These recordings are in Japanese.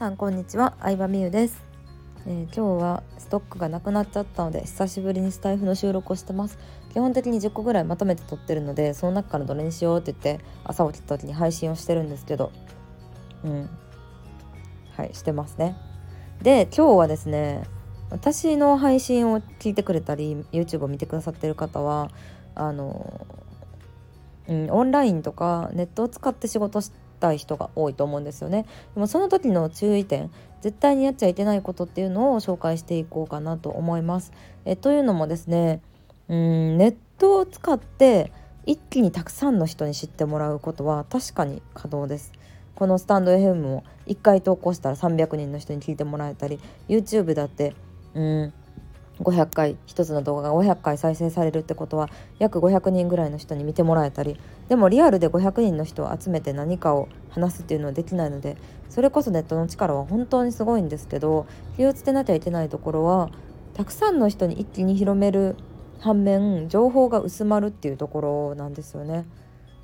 さんこんにちは、相葉美優です。今日はストックがなくなっちゃったので久しぶりにスタイフの収録をしてます。基本的に10個ぐらいまとめて撮ってるので、その中からどれにしようって言って朝起きた時に配信をしてるんですけど、してますね。で、今日はですね、私の配信を聞いてくれたり YouTube を見てくださってる方はオンラインとかネットを使って仕事したい人が多いと思うんですよね。でもその時の注意点、絶対にやっちゃいけないことっていうのを紹介していこうかなと思います。というのもですね、ネットを使って一気にたくさんの人に知ってもらうことは確かに可能です。このスタンド FM も1回投稿したら300人の人に聞いてもらえたり、 YouTube だって500回、一つの動画が500回再生されるってことは約500人ぐらいの人に見てもらえたり、でもリアルで500人の人を集めて何かを話すっていうのはできないので、それこそネットの力は本当にすごいんですけど、気をつけなきゃいけないところは、たくさんの人に一気に広める反面情報が薄まるっていうところなんですよね。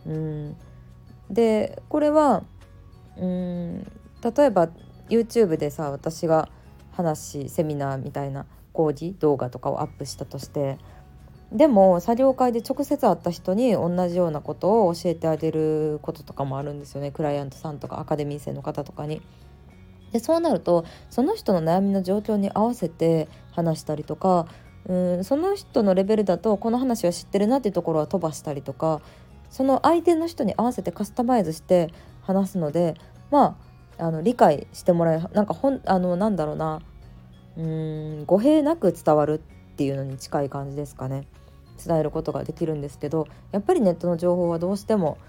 でこれは例えば YouTube でさ、私がセミナーみたいな講義動画とかをアップしたとして、でも作業会で直接会った人に同じようなことを教えてあげることとかもあるんですよね。クライアントさんとかアカデミー生の方とかに。でそうなるとその人の悩みの状況に合わせて話したりとか、その人のレベルだとこの話は知ってるなっていうところは飛ばしたりとか、その相手の人に合わせてカスタマイズして話すので、理解してもらえ、なんだろうな、語弊なく伝わるっていうのに近い感じですかね。伝えることができるんですけど、やっぱりネットの情報はどうしても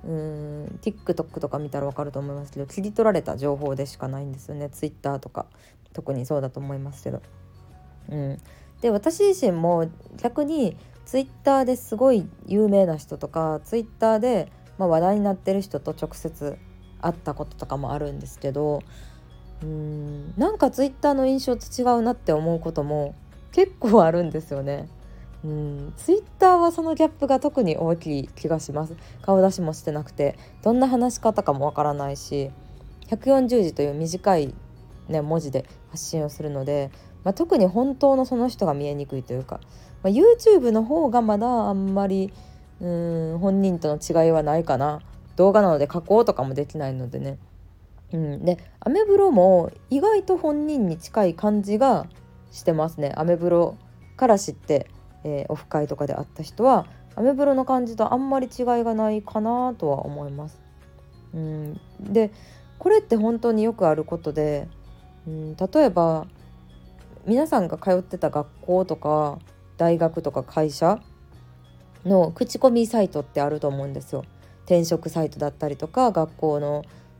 TikTok とか見たら分かると思いますけど、切り取られた情報でしかないんですよね。 Twitter とか特にそうだと思いますけど、で私自身も逆に Twitter ですごい有名な人とか Twitter で話題になってる人と直接会ったこととかもあるんですけど、なんかツイッターの印象と違うなって思うことも結構あるんですよね。ツイッターはそのギャップが特に大きい気がします。顔出しもしてなくてどんな話し方かもわからないし、140字という短い、文字で発信をするので、特に本当のその人が見えにくいというか、YouTube の方がまだあんまり本人との違いはないかな。動画なので加工とかもできないのでね。でアメブロも意外と本人に近い感じがしてますね。アメブロから知って、オフ会とかで会った人はアメブロの感じとあんまり違いがないかなとは思います。でこれって本当によくあることで、例えば皆さんが通ってた学校とか大学とか会社の口コミサイトってあると思うんですよ。転職サイトだったりとか学校の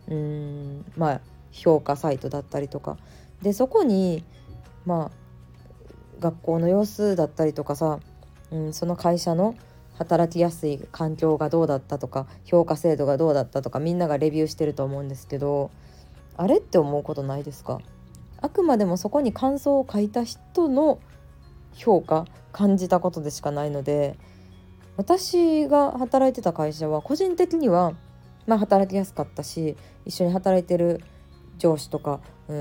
評価サイトだったりとかで、そこに学校の様子だったりとかさ、その会社の働きやすい環境がどうだったとか評価制度がどうだったとかみんながレビューしてると思うんですけど、あれって思うことないですか？あくまでもそこに感想を書いた人の評価、感じたことでしかないので、私が働いてた会社は個人的には働きやすかったし、一緒に働いてる上司とか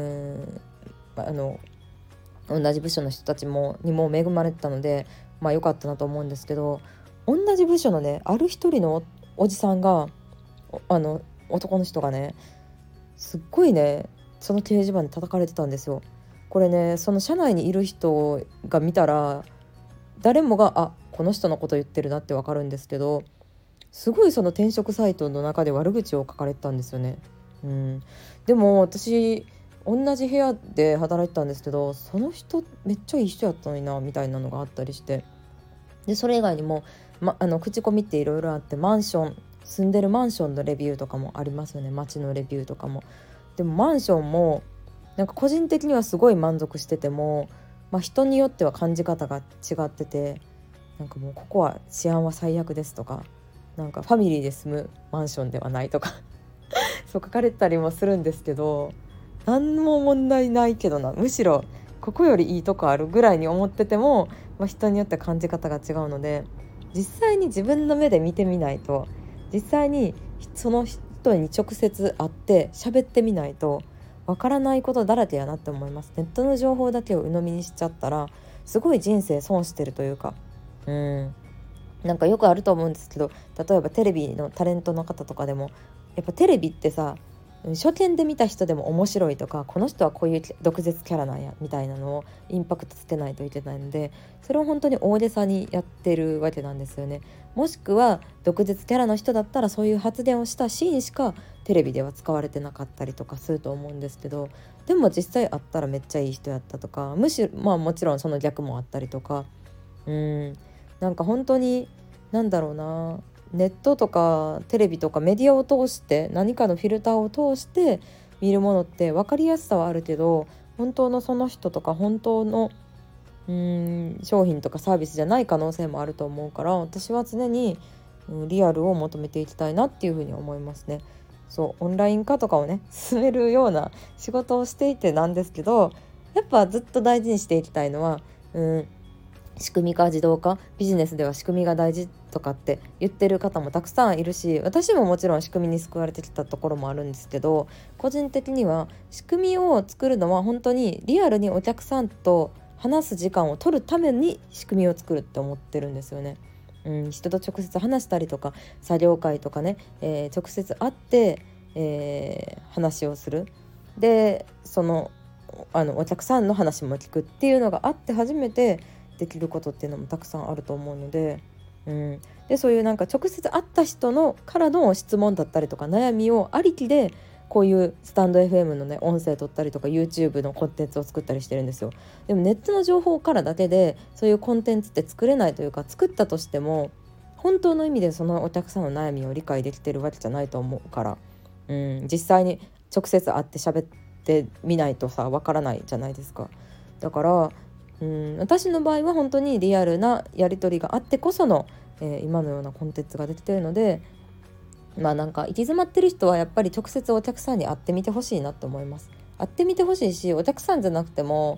同じ部署の人たちにも恵まれてたので良かったなと思うんですけど、同じ部署のねある一人のおじさんが男の人がね、すっごいねその掲示板で叩かれてたんですよ。これね、その社内にいる人が見たら誰もがこの人のこと言ってるなってわかるんですけど、すごいその転職サイトの中で悪口を書かれてたんですよね。でも私同じ部屋で働いてたんですけど、その人めっちゃいい人やったのになみたいなのがあったりして、でそれ以外にも、口コミっていろいろあって、住んでるマンションのレビューとかもありますよね。街のレビューとかも。でもマンションもなんか個人的にはすごい満足してても、人によっては感じ方が違ってて、なんかもうここは治安は最悪ですとか、なんかファミリーで住むマンションではないとかそう書かれたりもするんですけど、何も問題ないけどな、むしろここよりいいとこあるぐらいに思ってても、人によって感じ方が違うので、実際に自分の目で見てみないと、実際にその人に直接会って喋ってみないとわからないことだらけやなって思います。ネットの情報だけを鵜呑みにしちゃったらすごい人生損してるというか、なんかよくあると思うんですけど、例えばテレビのタレントの方とかでもやっぱテレビってさ、初見で見た人でも面白いとか、この人はこういう毒舌キャラなんやみたいなのをインパクトつけないといけないので、それを本当に大げさにやってるわけなんですよね。もしくは毒舌キャラの人だったらそういう発言をしたシーンしかテレビでは使われてなかったりとかすると思うんですけど、でも実際あったらめっちゃいい人やったとか、むしろもちろんその逆もあったりとか、なんか本当になんだろうな、ネットとかテレビとかメディアを通して何かのフィルターを通して見るものって分かりやすさはあるけど、本当のその人とか本当の商品とかサービスじゃない可能性もあると思うから、私は常にリアルを求めていきたいなっていうふうに思いますね。そうオンライン化とかをね進めるような仕事をしていてなんですけど、やっぱずっと大事にしていきたいのは仕組み化、自動化、ビジネスでは仕組みが大事とかって言ってる方もたくさんいるし、私ももちろん仕組みに救われてきたところもあるんですけど、個人的には仕組みを作るのは本当にリアルにお客さんと話す時間を取るために仕組みを作るって思ってるんですよね。人と直接話したりとか作業会とかね、直接会って、話をする。でお客さんの話も聞くっていうのがあって初めてできることっていうのもたくさんあると思うので、でそういうなんか直接会った人のからの質問だったりとか悩みをありきでこういうスタンド FM のね音声取ったりとか YouTube のコンテンツを作ったりしてるんですよ。でもネットの情報からだけでそういうコンテンツって作れないというか、作ったとしても本当の意味でそのお客さんの悩みを理解できてるわけじゃないと思うから、実際に直接会って喋ってみないとさわからないじゃないですか。だから私の場合は本当にリアルなやり取りがあってこその、今のようなコンテンツができているので、なんか行き詰まってる人はやっぱり直接お客さんに会ってみてほしいなと思います。会ってみてほしいし、お客さんじゃなくても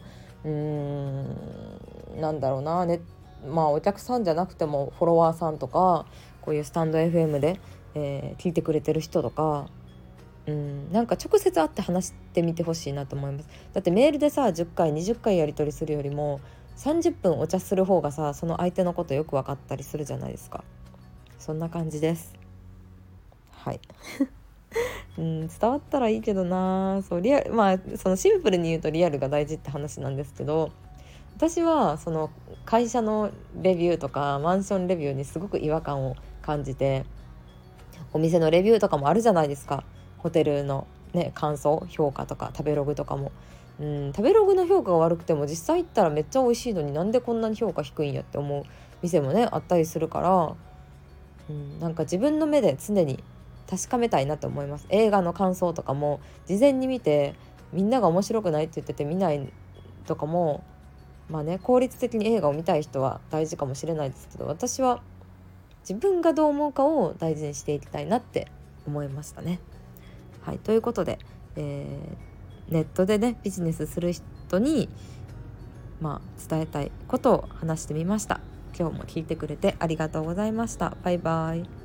なんだろうなね、お客さんじゃなくてもフォロワーさんとかこういうスタンド FM で、聞いてくれてる人とかなんか直接会って話してみてほしいなと思います。だってメールでさ10回20回やり取りするよりも30分お茶する方がさ、その相手のことよく分かったりするじゃないですか。そんな感じです。はい伝わったらいいけどな。そうリアル、そのシンプルに言うとリアルが大事って話なんですけど、私はその会社のレビューとかマンションレビューにすごく違和感を感じて、お店のレビューとかもあるじゃないですか。ホテルのね感想評価とか食べログとかも、食べログの評価が悪くても実際行ったらめっちゃ美味しいのになんでこんなに評価低いんやって思う店もねあったりするから、なんか自分の目で常に確かめたいなと思います。映画の感想とかも事前に見て、みんなが面白くないって言ってて見ないとかも効率的に映画を見たい人は大事かもしれないですけど、私は自分がどう思うかを大事にしていきたいなって思いましたね。はい、ということで、ネットでねビジネスする人に伝えたいことを話してみました。今日も聞いてくれてありがとうございました。バイバイ。